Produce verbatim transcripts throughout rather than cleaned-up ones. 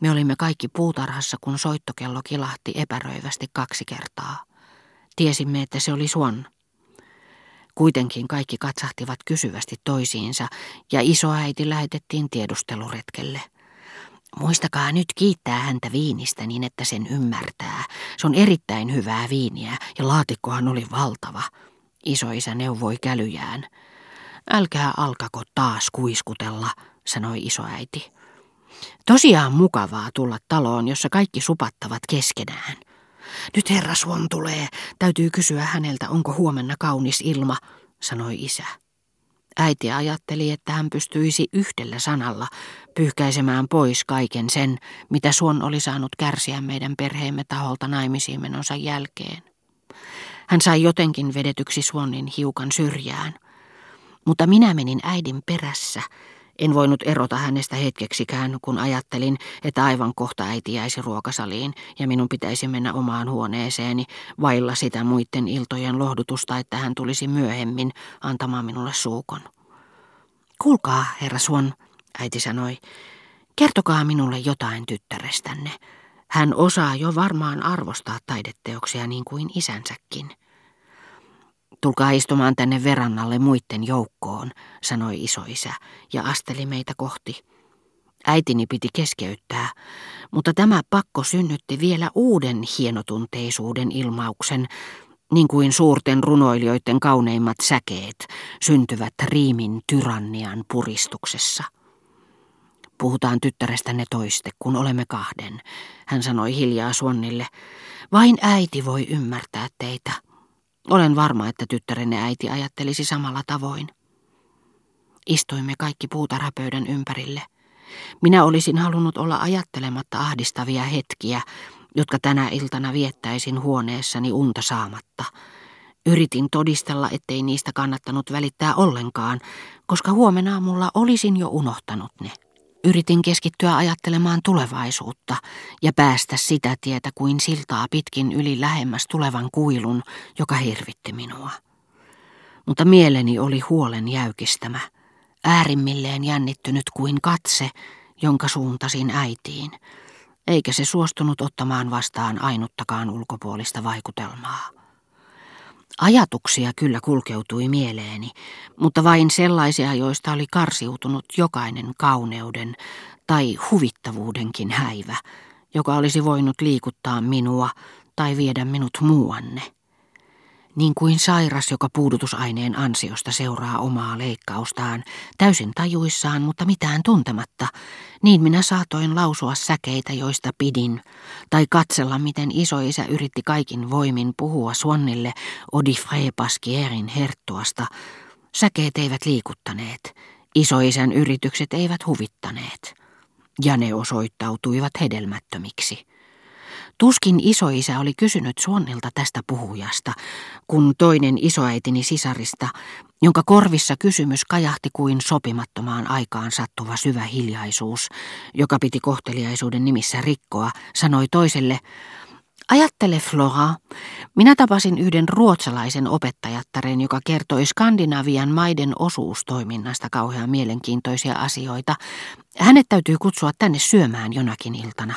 Me olimme kaikki puutarhassa, kun soittokello kilahti epäröivästi kaksi kertaa. Tiesimme, että se oli Swan. Kuitenkin kaikki katsahtivat kysyvästi toisiinsa ja isoäiti lähetettiin tiedusteluretkelle. Muistakaa nyt kiittää häntä viinistä niin, että sen ymmärtää. Se on erittäin hyvää viiniä ja laatikkohan oli valtava. Isoisä neuvoi kälyjään. Älkää alkako taas kuiskutella, sanoi isoäiti. Tosiaan mukavaa tulla taloon, jossa kaikki supattavat keskenään. Nyt herra Swan tulee. Täytyy kysyä häneltä, onko huomenna kaunis ilma, sanoi isä. Äiti ajatteli, että hän pystyisi yhdellä sanalla pyyhkäisemään pois kaiken sen, mitä Swan oli saanut kärsiä meidän perheemme taholta naimisiin menonsa jälkeen. Hän sai jotenkin vedetyksi Swanin hiukan syrjään, mutta minä menin äidin perässä. En voinut erota hänestä hetkeksikään, kun ajattelin, että aivan kohta äiti jäisi ruokasaliin ja minun pitäisi mennä omaan huoneeseeni vailla sitä muiden iltojen lohdutusta, että hän tulisi myöhemmin antamaan minulle suukon. Kuulkaa, herra Swan, äiti sanoi, kertokaa minulle jotain tyttärestänne. Hän osaa jo varmaan arvostaa taideteoksia niin kuin isänsäkin. Tulkaa istumaan tänne verannalle muitten joukkoon, sanoi isoisä ja asteli meitä kohti. Äitini piti keskeyttää, mutta tämä pakko synnytti vielä uuden hienotunteisuuden ilmauksen, niin kuin suurten runoilijoiden kauneimmat säkeet syntyvät riimin tyrannian puristuksessa. Puhutaan tyttärestänne toiste, kun olemme kahden, hän sanoi hiljaa Swanille. Vain äiti voi ymmärtää teitä. Olen varma, että tyttärenne äiti ajattelisi samalla tavoin. Istuimme kaikki puutarhapöydän ympärille. Minä olisin halunnut olla ajattelematta ahdistavia hetkiä, jotka tänä iltana viettäisin huoneessani unta saamatta. Yritin todistella, ettei niistä kannattanut välittää ollenkaan, koska huomenna aamulla olisin jo unohtanut ne. Yritin keskittyä ajattelemaan tulevaisuutta ja päästä sitä tietä kuin siltaa pitkin yli lähemmäs tulevan kuilun, joka hirvitti minua. Mutta mieleni oli huolen jäykistämä, äärimmilleen jännittynyt kuin katse, jonka suuntasin äitiin, eikä se suostunut ottamaan vastaan ainuttakaan ulkopuolista vaikutelmaa. Ajatuksia kyllä kulkeutui mieleeni, mutta vain sellaisia, joista oli karsiutunut jokainen kauneuden tai huvittavuudenkin häivä, joka olisi voinut liikuttaa minua tai viedä minut muuanne. Niin kuin sairas, joka puudutusaineen ansiosta seuraa omaa leikkaustaan, täysin tajuissaan, mutta mitään tuntematta, niin minä saatoin lausua säkeitä, joista pidin, tai katsella, miten isoisä yritti kaikin voimin puhua Swannille Godifrey Basquierin herttuasta. Säkeet eivät liikuttaneet, isoisän yritykset eivät huvittaneet, ja ne osoittautuivat hedelmättömiksi. Tuskin isoisä oli kysynyt Swannilta tästä puhujasta, kun toinen isoäitini sisarista, jonka korvissa kysymys kajahti kuin sopimattomaan aikaan sattuva syvä hiljaisuus, joka piti kohteliaisuuden nimissä rikkoa, sanoi toiselle, ajattele Flora, minä tapasin yhden ruotsalaisen opettajattaren, joka kertoi Skandinavian maiden osuustoiminnasta kauhean mielenkiintoisia asioita. Hänet täytyy kutsua tänne syömään jonakin iltana.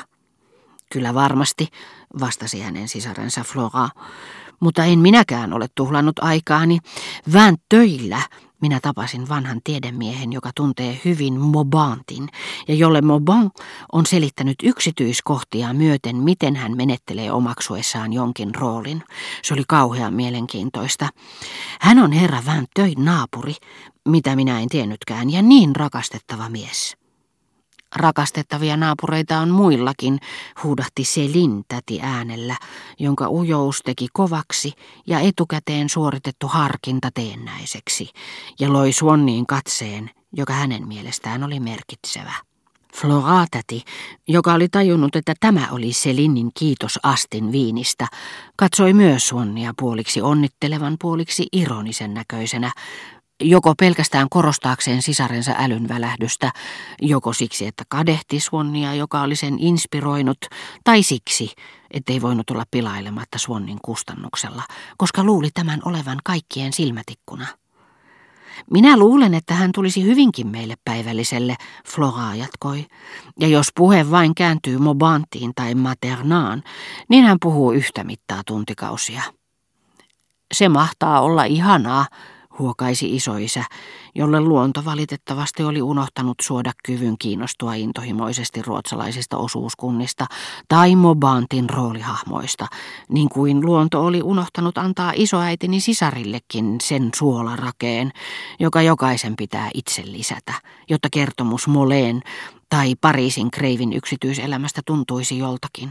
Kyllä varmasti, vastasi hänen sisarensa Flora, mutta en minäkään ole tuhlannut aikaani. Vään töillä minä tapasin vanhan tiedemiehen, joka tuntee hyvin Maubantin, ja jolle Mauban on selittänyt yksityiskohtia myöten, miten hän menettelee omaksuessaan jonkin roolin. Se oli kauhean mielenkiintoista. Hän on herra Vään töin naapuri, mitä minä en tiennytkään, ja niin rakastettava mies. Rakastettavia naapureita on muillakin, huudahti Céline täti äänellä, jonka ujous teki kovaksi ja etukäteen suoritettu harkinta teennäiseksi, ja loi Swanniin katseen, joka hänen mielestään oli merkitsevä. Flora täti, joka oli tajunnut, että tämä oli Célinin kiitos astin viinistä, katsoi myös Swannia puoliksi onnittelevan, puoliksi ironisen näköisenä, joko pelkästään korostaakseen sisarensa älynvälähdystä, joko siksi, että kadehti Swannia, joka oli sen inspiroinut, tai siksi, ettei voinut olla pilailematta Swannin kustannuksella, koska luuli tämän olevan kaikkien silmätikkuna. Minä luulen, että hän tulisi hyvinkin meille päivälliselle, Flora jatkoi. Ja jos puhe vain kääntyy Maubantiin tai Maternaan, niin hän puhuu yhtä mittaa tuntikausia. Se mahtaa olla ihanaa, huokaisi isoisä, jolle luonto valitettavasti oli unohtanut suoda kyvyn kiinnostua intohimoisesti ruotsalaisista osuuskunnista tai Maubantin roolihahmoista, niin kuin luonto oli unohtanut antaa isoäitini sisarillekin sen suolarakeen, joka jokaisen pitää itse lisätä, jotta kertomus Moleen tai Pariisin kreivin yksityiselämästä tuntuisi joltakin.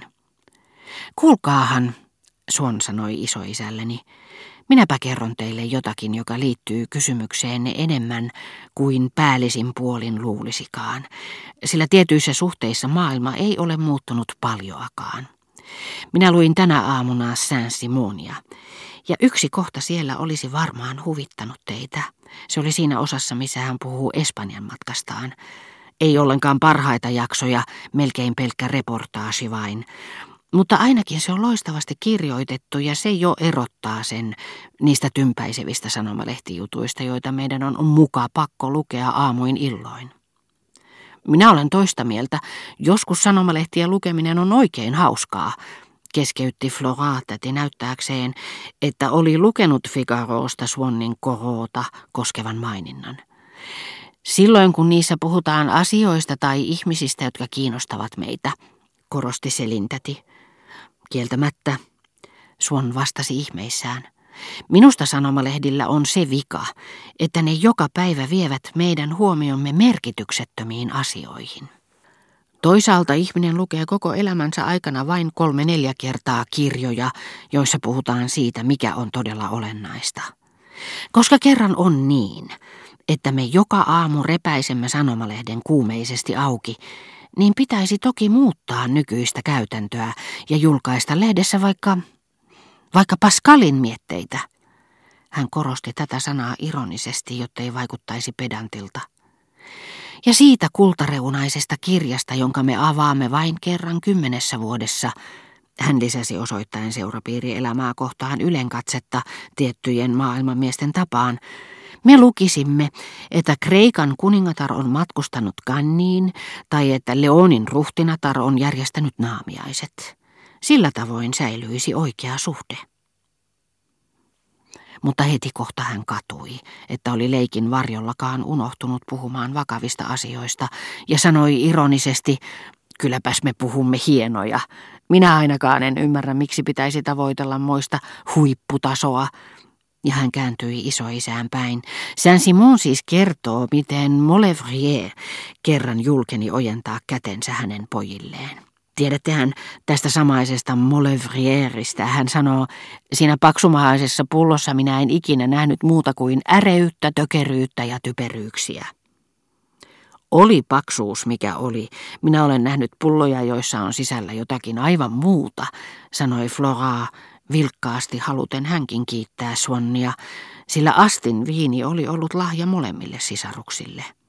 Kuulkaahan, Swan sanoi isoisälleni. Minäpä kerron teille jotakin, joka liittyy kysymykseenne enemmän kuin päällisin puolin luulisikaan, sillä tietyissä suhteissa maailma ei ole muuttunut paljoakaan. Minä luin tänä aamuna Saint-Simonia, ja yksi kohta siellä olisi varmaan huvittanut teitä. Se oli siinä osassa, missä hän puhuu Espanjan matkastaan. Ei ollenkaan parhaita jaksoja, melkein pelkkä reportaasi vain. Mutta ainakin se on loistavasti kirjoitettu ja se jo erottaa sen niistä tympäisevistä sanomalehtijutuista, joita meidän on muka pakko lukea aamuin illoin. Minä olen toista mieltä, joskus sanomalehtien lukeminen on oikein hauskaa, keskeytti Flora täti näyttääkseen, että oli lukenut Figarosta Swannin Coroota koskevan maininnan. Silloin kun niissä puhutaan asioista tai ihmisistä, jotka kiinnostavat meitä, korosti Selin-täti. Kieltämättä, Swan vastasi ihmeissään. Minusta sanomalehdillä on se vika, että ne joka päivä vievät meidän huomiomme merkityksettömiin asioihin. Toisaalta ihminen lukee koko elämänsä aikana vain kolme neljä kertaa kirjoja, joissa puhutaan siitä, mikä on todella olennaista. Koska kerran on niin, että me joka aamu repäisemme sanomalehden kuumeisesti auki, niin pitäisi toki muuttaa nykyistä käytäntöä ja julkaista lehdessä vaikka, vaikka Pascalin mietteitä. Hän korosti tätä sanaa ironisesti, jottei vaikuttaisi pedantilta. Ja siitä kultareunaisesta kirjasta, jonka me avaamme vain kerran kymmenessä vuodessa, hän lisäsi osoittaen seurapiirielämää kohtaan ylenkatsetta tiettyjen maailmanmiesten tapaan, me lukisimme, että Kreikan kuningatar on matkustanut Canniin tai että Leonin ruhtinatar on järjestänyt naamiaiset. Sillä tavoin säilyisi oikea suhde. Mutta heti kohta hän katui, että oli leikin varjollakaan unohtunut puhumaan vakavista asioista ja sanoi ironisesti, kylläpäs me puhumme hienoja. Minä ainakaan en ymmärrä, miksi pitäisi tavoitella moista huipputasoa. Ja hän kääntyi isoisään päin. Saint-Simon siis kertoo, miten Maulevrier kerran julkeni ojentaa kätensä hänen pojilleen. Tiedättehän tästä samaisesta Maulevrieristä, hän sanoo, siinä paksumahaisessa pullossa minä en ikinä nähnyt muuta kuin äreyttä, tökeryyttä ja typeryyksiä. Oli paksuus mikä oli. Minä olen nähnyt pulloja, joissa on sisällä jotakin aivan muuta, sanoi Flora vilkkaasti haluten hänkin kiittää Swannia, sillä Astin viini oli ollut lahja molemmille sisaruksille.